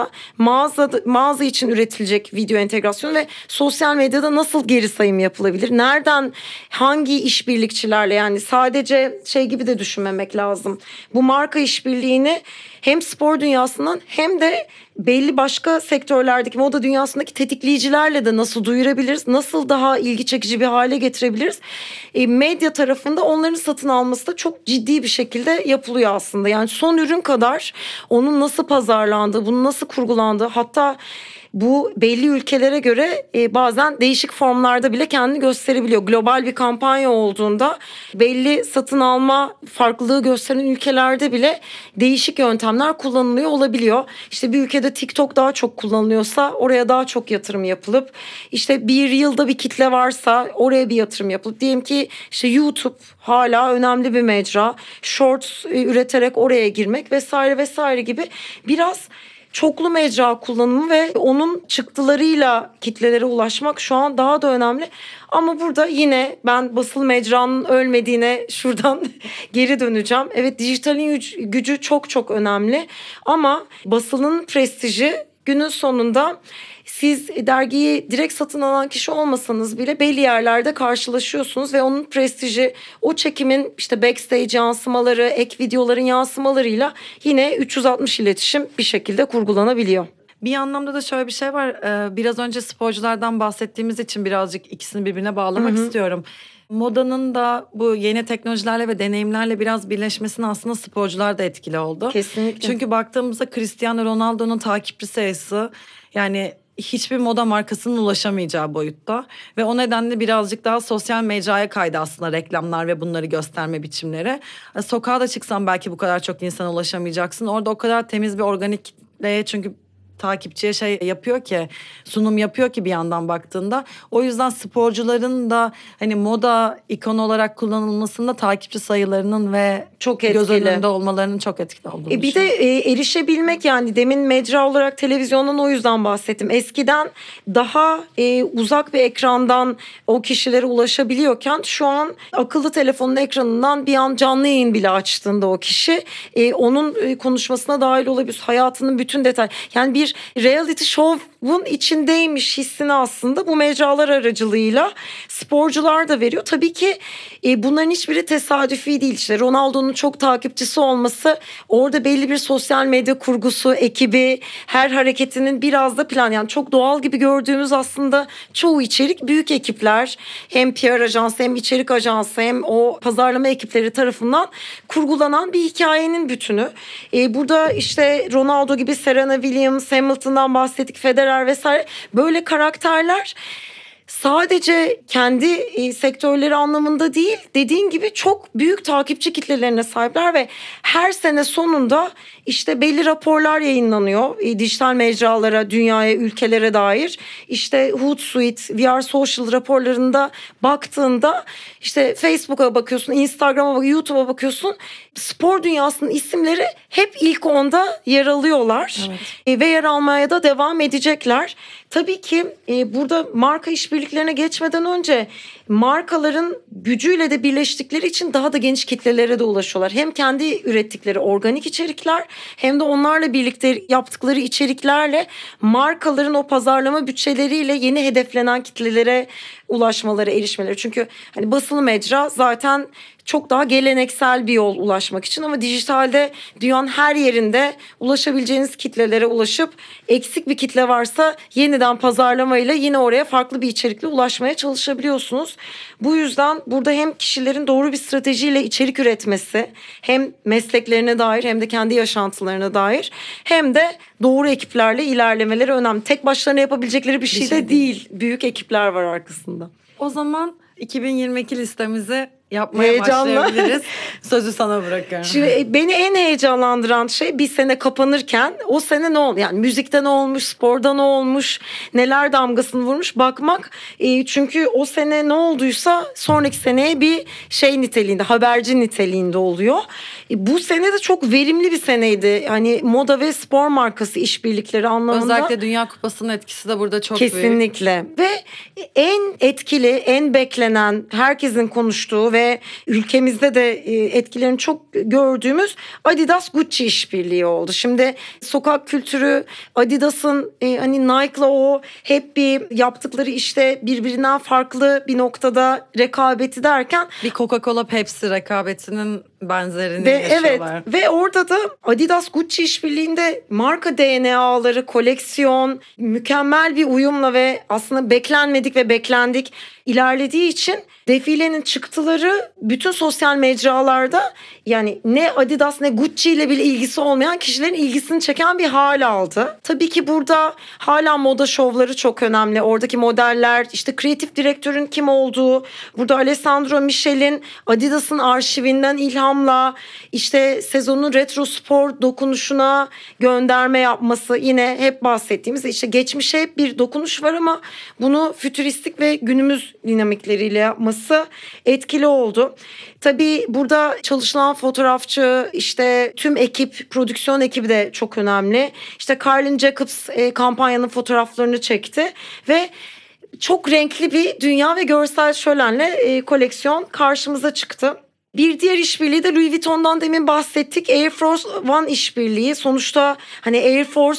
mağaza için üretilecek video entegrasyonu ve sosyal medyada nasıl geri sayım yapılabilir? Nereden, hangi işbirlikçilerle, yani sadece şey gibi de düşünmemek lazım. Bu marka işbirliğini hem spor dünyasından hem de belli başka sektörlerdeki moda dünyasındaki tetikleyicilerle de nasıl duyurabiliriz? Nasıl daha ilgi çekici bir hale getirebiliriz? Medya tarafında onların satın alması da çok ciddi bir şekilde yapılıyor aslında. Yani son ürün kadar onun nasıl pazarlandığı, bunun nasıl kurgulandığı, hatta bu belli ülkelere göre bazen değişik formlarda bile kendini gösterebiliyor. Global bir kampanya olduğunda belli satın alma farklılığı gösteren ülkelerde bile değişik yöntemler kullanılıyor olabiliyor. İşte bir ülkede TikTok daha çok kullanılıyorsa oraya daha çok yatırım yapılıp, işte bir yılda bir kitle varsa oraya bir yatırım yapılıp, diyelim ki işte YouTube hala önemli bir mecra, shorts üreterek oraya girmek vesaire vesaire gibi biraz çoklu mecra kullanımı ve onun çıktılarıyla kitlelere ulaşmak şu an daha da önemli. Ama burada yine ben basılı mecranın ölmediğine şuradan geri döneceğim. Evet, dijitalin gücü çok çok önemli ama basılının prestiji günün sonunda siz dergiyi direkt satın alan kişi olmasanız bile belli yerlerde karşılaşıyorsunuz ve onun prestiji o çekimin işte backstage yansımaları, ek videoların yansımalarıyla yine 360 iletişim bir şekilde kurgulanabiliyor. Bir anlamda da şöyle bir şey var. Biraz önce sporculardan bahsettiğimiz için birazcık ikisini birbirine bağlamak istiyorum. Modanın da bu yeni teknolojilerle ve deneyimlerle biraz birleşmesine aslında sporcular da etkili oldu. Kesinlikle. Çünkü baktığımızda Cristiano Ronaldo'nun takipçi sayısı yani hiçbir moda markasının ulaşamayacağı boyutta. Ve o nedenle birazcık daha sosyal mecraya kaydı aslında reklamlar ve bunları gösterme biçimleri. Sokağa da çıksan belki bu kadar çok insana ulaşamayacaksın. Orada o kadar temiz bir organik kitleye çünkü takipçiye şey yapıyor ki, sunum yapıyor ki bir yandan baktığında. O yüzden sporcuların da hani moda ikonu olarak kullanılmasında takipçi sayılarının ve çok göz etkili. önünde olmalarının çok etkili olduğunu Bir de düşünüyorum. erişebilmek, yani demin mecra olarak televizyondan o yüzden bahsettim. Eskiden daha uzak bir ekrandan o kişilere ulaşabiliyorken şu an akıllı telefonun ekranından bir an canlı yayın bile açtığında o kişi onun konuşmasına dahil olabilir. Hayatının bütün detay. Yani bir reality show'un içindeymiş hissini aslında bu mecralar aracılığıyla sporcular da veriyor. Tabii ki bunların hiçbiri tesadüfi değil. İşte Ronaldo'nun çok takipçisi olması, orada belli bir sosyal medya kurgusu, ekibi, her hareketinin biraz da plan. Yani çok doğal gibi gördüğümüz aslında çoğu içerik büyük ekipler, hem PR ajansı hem içerik ajansı hem o pazarlama ekipleri tarafından kurgulanan bir hikayenin bütünü. Burada işte Ronaldo gibi, Serena Williams, Hamilton'dan bahsettik, Federer vesaire, böyle karakterler sadece kendi sektörleri anlamında değil, dediğin gibi çok büyük takipçi kitlelerine sahipler ve her sene sonunda işte belli raporlar yayınlanıyor dijital mecralara, dünyaya, ülkelere dair. İşte Hootsuite, VR Social raporlarında baktığında işte Facebook'a bakıyorsun, Instagram'a bakıyorsun, YouTube'a bakıyorsun. Spor dünyasının isimleri hep ilk 10'da yer alıyorlar. Evet. Ve yer almaya da devam edecekler. Tabii ki burada marka işbirliklerine geçmeden önce markaların gücüyle de birleştikleri için daha da geniş kitlelere de ulaşıyorlar. Hem kendi ürettikleri organik içerikler hem de onlarla birlikte yaptıkları içeriklerle markaların o pazarlama bütçeleriyle yeni hedeflenen kitlelere ulaşmaları, erişmeleri. Çünkü hani basılı mecra zaten çok daha geleneksel bir yol ulaşmak için, ama dijitalde dünyanın her yerinde ulaşabileceğiniz kitlelere ulaşıp eksik bir kitle varsa yeniden pazarlamayla yine oraya farklı bir içerikle ulaşmaya çalışabiliyorsunuz. Bu yüzden burada hem kişilerin doğru bir stratejiyle içerik üretmesi, hem mesleklerine dair hem de kendi yaşantılarına dair, hem de doğru ekiplerle ilerlemeleri önemli. Tek başlarına yapabilecekleri bir şey de değil. Büyük ekipler var arkasında. O zaman 2022 listemizi yapmaya başlayabiliriz. Sözü sana bırakıyorum. Şimdi beni en heyecanlandıran şey, bir sene kapanırken o sene ne oldu? Yani müzikte ne olmuş, sporda ne olmuş, neler damgasını vurmuş bakmak. Çünkü o sene ne olduysa sonraki seneye bir şey niteliğinde, haberci niteliğinde oluyor. Bu sene de çok verimli bir seneydi. Hani moda ve spor markası işbirlikleri anlamında. Özellikle Dünya Kupası'nın etkisi de burada çok büyük. Kesinlikle. Ve en etkili, en beklenen, herkesin konuştuğu ve ülkemizde de etkilerini çok gördüğümüz Adidas Gucci işbirliği oldu. Şimdi sokak kültürü, Adidas'ın hani Nike'la o hep bir yaptıkları işte birbirinden farklı bir noktada rekabeti derken, bir Coca-Cola Pepsi rekabetinin benzerini yaşıyorlar. Evet, ve orada da Adidas Gucci işbirliğinde marka DNA'ları, koleksiyon mükemmel bir uyumla ve aslında beklenmedik ve beklendik ilerlediği için defilenin çıktıları bütün sosyal mecralarda, yani ne Adidas ne Gucci ile bile ilgisi olmayan kişilerin ilgisini çeken bir hal aldı. Tabii ki burada hala moda şovları çok önemli. Oradaki modeller, işte kreatif direktörün kim olduğu, burada Alessandro Michel'in Adidas'ın arşivinden ilhamla işte sezonun retro spor dokunuşuna gönderme yapması, yine hep bahsettiğimiz işte geçmişe hep bir dokunuş var ama bunu fütüristik ve günümüz dinamikleriyle yapması etkili oldu. Tabii burada çalışılan fotoğrafçı, işte tüm ekip, prodüksiyon ekibi de çok önemli. İşte Carlin Jacobs kampanyanın fotoğraflarını çekti ve çok renkli bir dünya ve görsel şölenle koleksiyon karşımıza çıktı. Bir diğer işbirliği de Louis Vuitton'dan demin bahsettik. Air Force One işbirliği. Sonuçta hani Air Force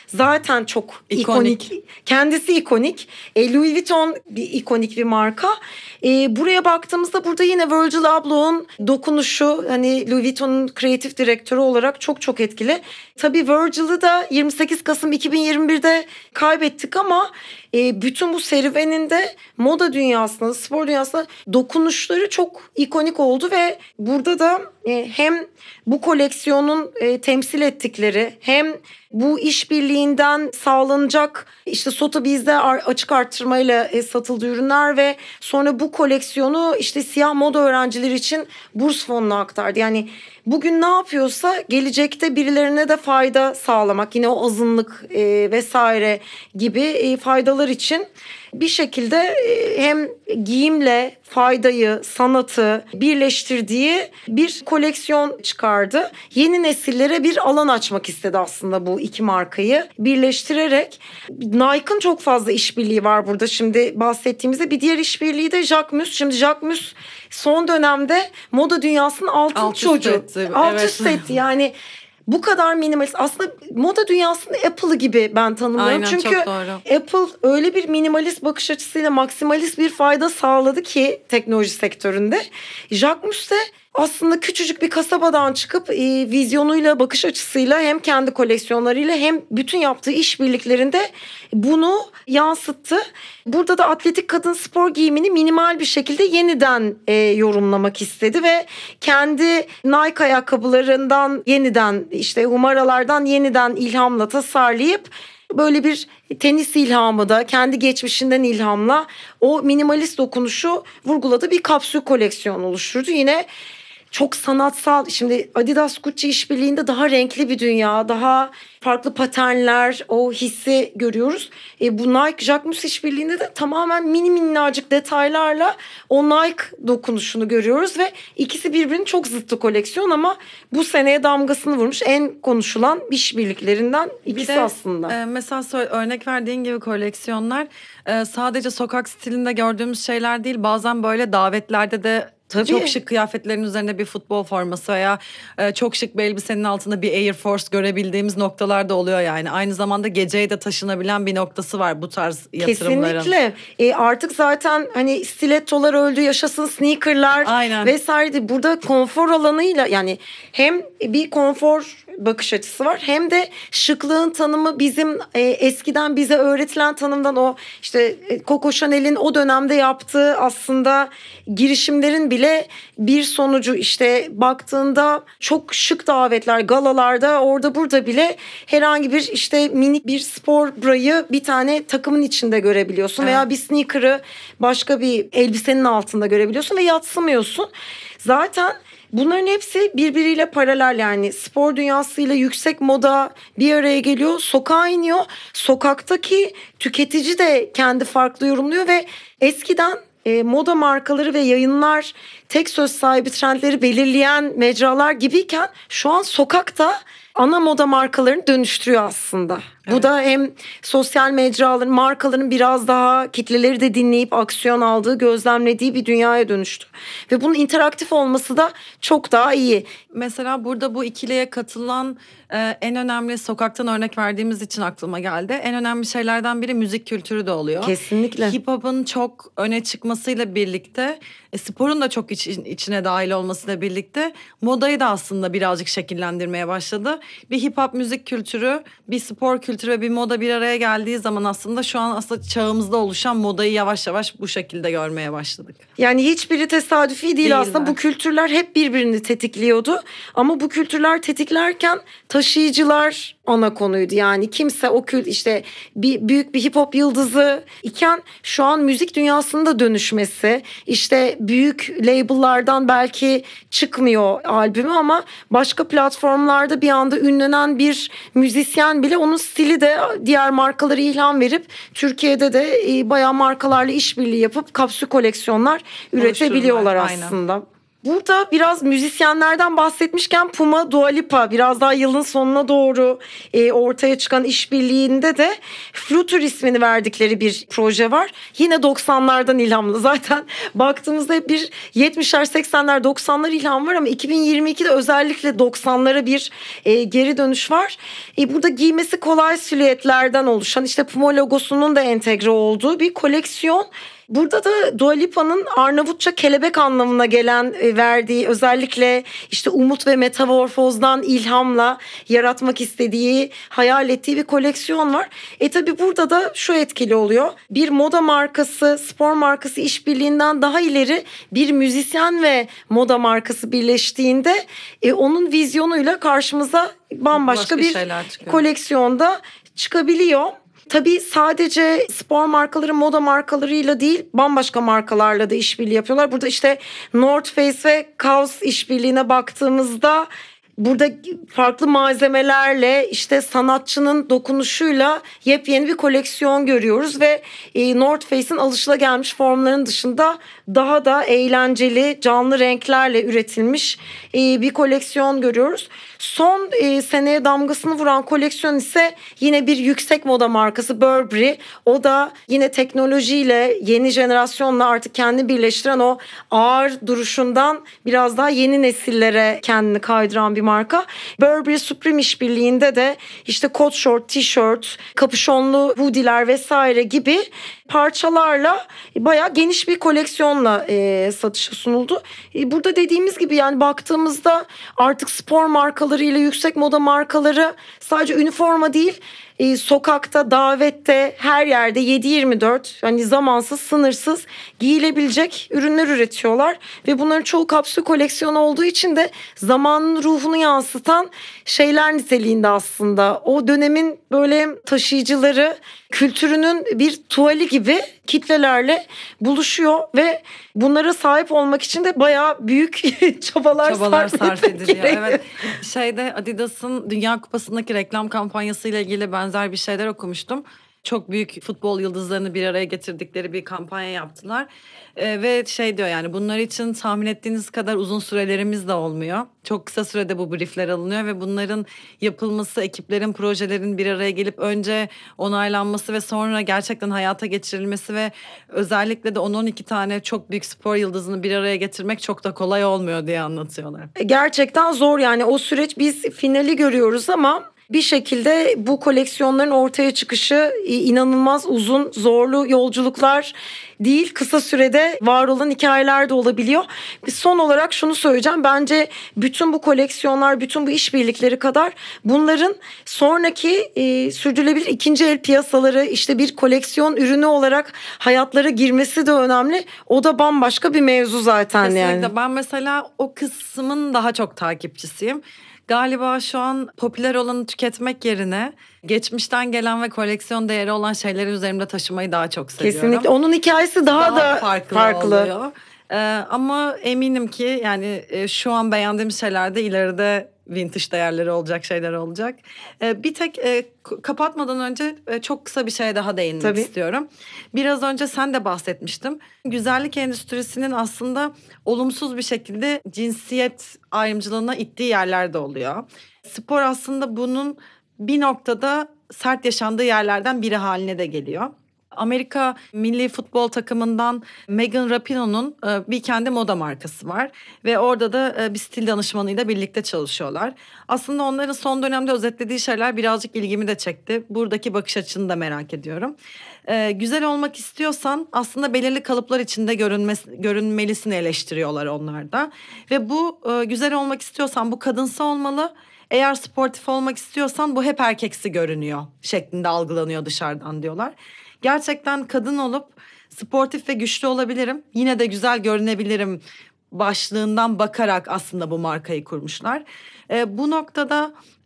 zaten çok ikonik. Kendisi ikonik. Louis Vuitton bir ikonik bir marka. Buraya baktığımızda burada yine Virgil Abloh'un dokunuşu, hani Louis Vuitton'un kreatif direktörü olarak çok çok etkili. Tabii Virgil'ı da 28 Kasım 2021'de kaybettik ama bütün bu serüveninde moda dünyasında, spor dünyasında dokunuşları çok ikonik oldu ve burada da hem bu koleksiyonun temsil ettikleri hem bu işbirliğinden sağlanacak işte Sotheby's'de açık artırmayla satıldığı ürünler ve sonra bu koleksiyonu işte siyah moda öğrencileri için burs fonuna aktardı. Yani bugün ne yapıyorsa gelecekte birilerine de fayda sağlamak, yine o azınlık vesaire gibi faydalar için bir şekilde hem giyimle faydayı, sanatı birleştirdiği bir koleksiyon çıkardı. Yeni nesillere bir alan açmak istedi aslında bu iki markayı birleştirerek. Nike'ın çok fazla işbirliği var burada şimdi bahsettiğimizde. Bir diğer işbirliği de Jacques Mus. Şimdi Jacques Mus son dönemde moda dünyasının altın çocuğu. Alt üst etti yani. Bu kadar minimalist. Aslında moda dünyasının Apple'ı gibi ben tanımlıyorum. Aynen, çünkü Apple öyle bir minimalist bakış açısıyla maksimalist bir fayda sağladı ki teknoloji sektöründe. Jacques Mus de aslında küçücük bir kasabadan çıkıp vizyonuyla, bakış açısıyla hem kendi koleksiyonlarıyla hem bütün yaptığı işbirliklerinde bunu yansıttı. Burada da atletik kadın spor giyimini minimal bir şekilde yeniden yorumlamak istedi ve kendi Nike ayakkabılarından yeniden, işte humaralardan yeniden ilhamla tasarlayıp böyle bir tenis ilhamı da kendi geçmişinden ilhamla o minimalist dokunuşu vurguladı, bir kapsül koleksiyon oluşturdu. Yine çok sanatsal. Şimdi Adidas Gucci işbirliğinde daha renkli bir dünya, daha farklı paternler, o hissi görüyoruz. Bu Nike Jacques Mus işbirliğinde de tamamen mini minnacık detaylarla o Nike dokunuşunu görüyoruz ve ikisi birbirinin çok zıttı koleksiyon ama bu seneye damgasını vurmuş en konuşulan işbirliklerinden ikisi de, aslında. Mesela örnek verdiğin gibi koleksiyonlar sadece sokak stilinde gördüğümüz şeyler değil, bazen böyle davetlerde de Tabii. Çok şık kıyafetlerin üzerine bir futbol forması veya çok şık bir elbisenin altında bir Air Force görebildiğimiz noktalar da oluyor yani. Aynı zamanda geceye de taşınabilen bir noktası var bu tarz yatırımların. Kesinlikle. Artık zaten hani stilettolar öldü, yaşasın sneakerlar vesaire. Burada konfor alanıyla, yani hem bir konfor bakış açısı var hem de şıklığın tanımı bizim eskiden bize öğretilen tanımdan, o işte Coco Chanel'in o dönemde yaptığı aslında girişimlerin bile bir sonucu. İşte baktığında çok şık davetler, galalarda, orada burada bile herhangi bir işte minik bir spor brayı bir tane takımın içinde görebiliyorsun veya bir sneaker'ı başka bir elbisenin altında görebiliyorsun ve yadsımıyorsun. Zaten bunların hepsi birbiriyle paralel, yani spor dünyasıyla yüksek moda bir araya geliyor, sokağa iniyor. Sokaktaki tüketici de kendi farklı yorumluyor ve eskiden moda markaları ve yayınlar tek söz sahibi, trendleri belirleyen mecralar gibiyken şu an sokakta ana moda markalarını dönüştürüyor aslında. Evet. Bu da hem sosyal mecraların, markaların biraz daha kitleleri de dinleyip aksiyon aldığı, gözlemlediği bir dünyaya dönüştü. Ve bunun interaktif olması da çok daha iyi. Mesela burada bu ikiliye katılan en önemli, sokaktan örnek verdiğimiz için aklıma geldi. En önemli şeylerden biri müzik kültürü de oluyor. Kesinlikle. Hip hop'un çok öne çıkmasıyla birlikte, sporun da çok içine dahil olmasıyla birlikte modayı da aslında birazcık şekillendirmeye başladı. Bir hip hop müzik kültürü, bir spor kültürü ve bir moda bir araya geldiği zaman aslında şu an aslında çağımızda oluşan modayı yavaş yavaş bu şekilde görmeye başladık. Yani hiçbiri tesadüfi değil aslında. Bu kültürler hep birbirini tetikliyordu. Ama bu kültürler tetiklerken taşıyıcılar ana konuydu. Yani kimse o işte büyük bir hip hop yıldızı iken şu an müzik dünyasında dönüşmesi, işte büyük label'lardan belki çıkmıyor albümü ama başka platformlarda bir anda ünlenen bir müzisyen bile onun stili de diğer markalara ilham verip Türkiye'de de bayağı markalarla işbirliği yapıp kapsül koleksiyonlar üretebiliyorlar aslında. Aynen. Burada biraz müzisyenlerden bahsetmişken Puma, Dua Lipa biraz daha yılın sonuna doğru ortaya çıkan işbirliğinde de Flutter ismini verdikleri bir proje var. Yine 90'lardan ilhamlı. Zaten baktığımızda hep bir 70'ler, 80'ler, 90'lar ilham var ama 2022'de özellikle 90'lara bir geri dönüş var. Burada giymesi kolay silüetlerden oluşan, işte Puma logosunun da entegre olduğu bir koleksiyon. Burada da Dua Lipa'nın Arnavutça kelebek anlamına gelen verdiği, özellikle işte umut ve metamorfozdan ilhamla yaratmak istediği, hayal ettiği bir koleksiyon var. Tabii burada da şu etkili oluyor. Bir moda markası, spor markası işbirliğinden daha ileri bir müzisyen ve moda markası birleştiğinde onun vizyonuyla karşımıza bambaşka bir koleksiyonda çıkabiliyor. Tabii sadece spor markaları, moda markalarıyla değil, bambaşka markalarla da işbirliği yapıyorlar. Burada işte North Face ve Kaws işbirliğine baktığımızda burada farklı malzemelerle, işte sanatçının dokunuşuyla yepyeni bir koleksiyon görüyoruz ve North Face'in alışılagelmiş formlarının dışında daha da eğlenceli, canlı renklerle üretilmiş bir koleksiyon görüyoruz. Son seneye damgasını vuran koleksiyon ise yine bir yüksek moda markası Burberry. O da yine teknolojiyle, yeni jenerasyonla artık kendini birleştiren, o ağır duruşundan biraz daha yeni nesillere kendini kaydıran bir marka. Burberry Supreme işbirliğinde de işte kot şort, tişört, kapüşonlu hoodie'ler vesaire gibi parçalarla bayağı geniş bir koleksiyonla satışa sunuldu. Burada dediğimiz gibi yani baktığımızda artık spor markalarıyla yüksek moda markaları sadece üniforma değil, sokakta, davette, her yerde 7/24 hani zamansız, sınırsız giyilebilecek ürünler üretiyorlar ve bunların çoğu kapsül koleksiyonu olduğu için de zamanın ruhunu yansıtan şeyler niteliğinde aslında. O dönemin böyle taşıyıcıları, kültürünün bir tuvali gibi kitlelerle buluşuyor ve bunlara sahip olmak için de bayağı büyük çabalar sarf ediliyor. Evet. Adidas'ın Dünya Kupası'ndaki reklam kampanyasıyla ilgili benzer bir şeyler okumuştum. Çok büyük futbol yıldızlarını bir araya getirdikleri bir kampanya yaptılar. Ve diyor yani bunlar için tahmin ettiğiniz kadar uzun sürelerimiz de olmuyor. Çok kısa sürede bu briefler alınıyor ve bunların yapılması, ekiplerin, projelerin bir araya gelip önce onaylanması ve sonra gerçekten hayata geçirilmesi ve özellikle de 10-12 tane çok büyük spor yıldızını bir araya getirmek çok da kolay olmuyor diye anlatıyorlar. Gerçekten zor yani, o süreç, biz finali görüyoruz ama bir şekilde bu koleksiyonların ortaya çıkışı inanılmaz uzun, zorlu yolculuklar değil, kısa sürede var olan hikayeler de olabiliyor. Son olarak şunu söyleyeceğim. Bence bütün bu koleksiyonlar, bütün bu işbirlikleri kadar bunların sonraki sürdürülebilir ikinci el piyasaları, işte bir koleksiyon ürünü olarak hayatlara girmesi de önemli. O da bambaşka bir mevzu zaten. Kesinlikle. Yani. Ben mesela o kısmın daha çok takipçisiyim. Galiba şu an popüler olanı tüketmek yerine geçmişten gelen ve koleksiyon değeri olan şeyleri üzerimde taşımayı daha çok seviyorum. Kesinlikle. Onun hikayesi daha da farklı. Oluyor. Ama eminim ki yani şu an beğendiğim şeylerde ileride vintage değerleri olacak şeyler olacak. Bir tek kapatmadan önce çok kısa bir şeye daha değinmek istiyorum. Biraz önce sen de bahsetmiştin. Güzellik endüstrisinin aslında olumsuz bir şekilde cinsiyet ayrımcılığına ittiği yerler de oluyor. Spor aslında bunun bir noktada sert yaşandığı yerlerden biri haline de geliyor. Amerika milli futbol takımından Megan Rapinoe'nun bir kendi moda markası var ve orada da bir stil danışmanıyla birlikte çalışıyorlar. Aslında onların son dönemde özetlediği şeyler birazcık ilgimi de çekti. Buradaki bakış açını da merak ediyorum. Güzel olmak istiyorsan aslında belirli kalıplar içinde görünmelisini eleştiriyorlar onlar da. Ve bu güzel olmak istiyorsan bu kadınsı olmalı. Eğer sportif olmak istiyorsan bu hep erkeksi görünüyor şeklinde algılanıyor dışarıdan diyorlar. Gerçekten kadın olup sportif ve güçlü olabilirim, yine de güzel görünebilirim başlığından bakarak aslında bu markayı kurmuşlar. Bu noktada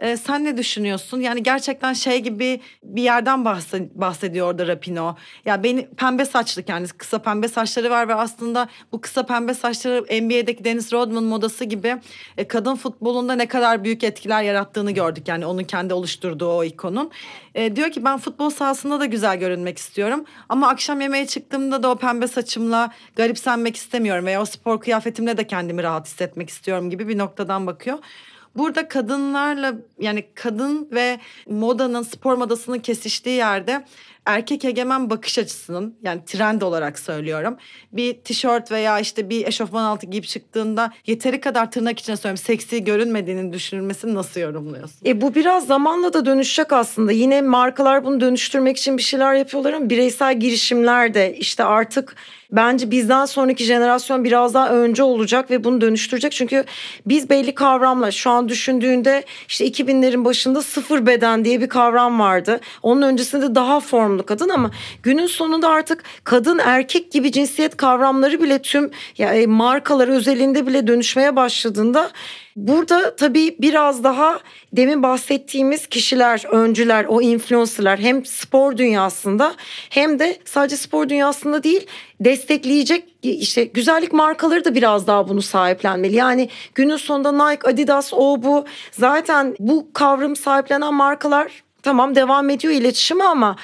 Sen ne düşünüyorsun? Yani gerçekten şey gibi bir yerden bahsediyor orada Rapinoe. Ya beni pembe saçlı, kendisi kısa pembe saçları var ve aslında bu kısa pembe saçları NBA'deki Dennis Rodman modası gibi kadın futbolunda ne kadar büyük etkiler yarattığını gördük. Yani onun kendi oluşturduğu o ikonun. Diyor ki ben futbol sahasında da güzel görünmek istiyorum ama akşam yemeğe çıktığımda da o pembe saçımla garipsenmek istemiyorum veya o spor kıyafetimle de kendimi rahat hissetmek istiyorum gibi bir noktadan bakıyor. Burada kadınlarla, yani kadın ve modanın, spor modasının kesiştiği yerde erkek egemen bakış açısının, yani trend olarak söylüyorum, bir tişört veya işte bir eşofman altı giyip çıktığında yeteri kadar, tırnak içine söylüyorum, seksi görünmediğini düşünülmesini nasıl yorumluyorsun? Bu biraz zamanla da dönüşecek aslında. Yine markalar bunu dönüştürmek için bir şeyler yapıyorlar ama bireysel girişimler de işte artık bence bizden sonraki jenerasyon biraz daha önce olacak ve bunu dönüştürecek. Çünkü biz belli kavramlar, şu an düşündüğünde işte 2000'lerin başında sıfır beden diye bir kavram vardı. Onun öncesinde daha formlu kadın ama günün sonunda artık kadın erkek gibi cinsiyet kavramları bile tüm markalar özelinde bile dönüşmeye başladığında burada tabii biraz daha demin bahsettiğimiz kişiler, öncüler, o influencerlar hem spor dünyasında hem de sadece spor dünyasında değil, destekleyecek işte güzellik markaları da biraz daha bunu sahiplenmeli. Yani günün sonunda Nike, Adidas, o bu, zaten bu kavramı sahiplenen markalar tamam devam ediyor iletişimi ama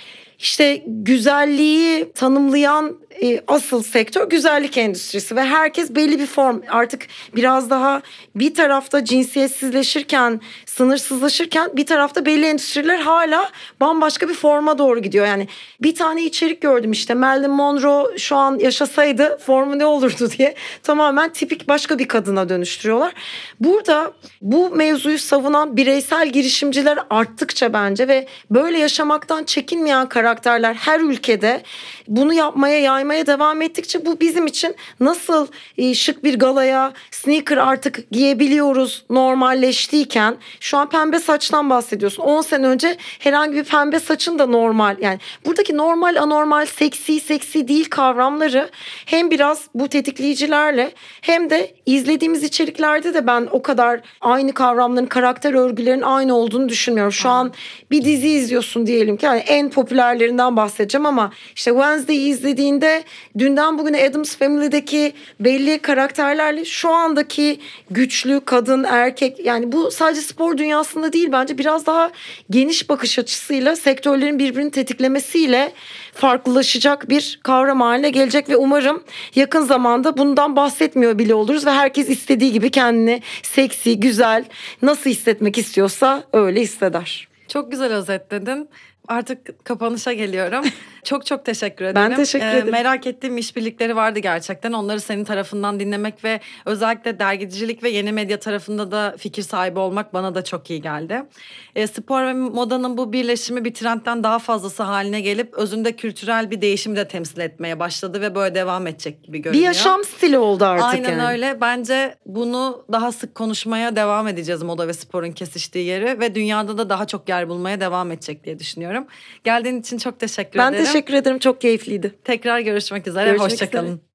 işte güzelliği tanımlayan asıl sektör güzellik endüstrisi ve herkes belli bir form, artık biraz daha bir tarafta cinsiyetsizleşirken, sınırsızlaşırken bir tarafta belli endüstriler hala bambaşka bir forma doğru gidiyor. Yani bir tane içerik gördüm, işte Marilyn Monroe şu an yaşasaydı formu ne olurdu diye tamamen tipik başka bir kadına dönüştürüyorlar. Burada bu mevzuyu savunan bireysel girişimciler arttıkça bence ve böyle yaşamaktan çekinmeyen karakterler her ülkede bunu yapmaya, yaymaya devam ettikçe bu bizim için nasıl şık bir galaya sneaker artık giyebiliyoruz normalleştiyken, şu an pembe saçtan bahsediyorsun. 10 sene önce herhangi bir pembe saçın da normal, yani buradaki normal, anormal, seksi değil kavramları hem biraz bu tetikleyicilerle hem de izlediğimiz içeriklerde de ben o kadar aynı kavramların, karakter örgülerinin aynı olduğunu düşünmüyorum. Şu an bir dizi izliyorsun diyelim ki, yani en popülerlerinden bahsedeceğim ama işte Wednesday'i izlediğinde dünden bugüne Addams Family'deki belli karakterlerle şu andaki güçlü kadın, erkek, yani bu sadece spor dünyasında değil, bence biraz daha geniş bakış açısıyla sektörlerin birbirini tetiklemesiyle farklılaşacak bir kavram haline gelecek ve umarım yakın zamanda bundan bahsetmiyor bile oluruz ve herkes istediği gibi kendini seksi, güzel, nasıl hissetmek istiyorsa öyle hisseder. Çok güzel özetledin. Artık kapanışa geliyorum. Çok teşekkür ederim. Ben teşekkür ederim. Merak ettiğim işbirlikleri vardı gerçekten. Onları senin tarafından dinlemek ve özellikle dergicilik ve yeni medya tarafında da fikir sahibi olmak bana da çok iyi geldi. Spor ve modanın bu birleşimi bir trendten daha fazlası haline gelip özünde kültürel bir değişimi de temsil etmeye başladı ve böyle devam edecek gibi görünüyor. Bir yaşam stili oldu artık. Aynen öyle. Bence bunu daha sık konuşmaya devam edeceğiz, moda ve sporun kesiştiği yeri ve dünyada da daha çok yer bulmaya devam edecek diye düşünüyorum. Geldiğin için çok teşekkür ederim. Ben teşekkür ederim. Çok keyifliydi. Tekrar görüşmek üzere. Hoşça kalın.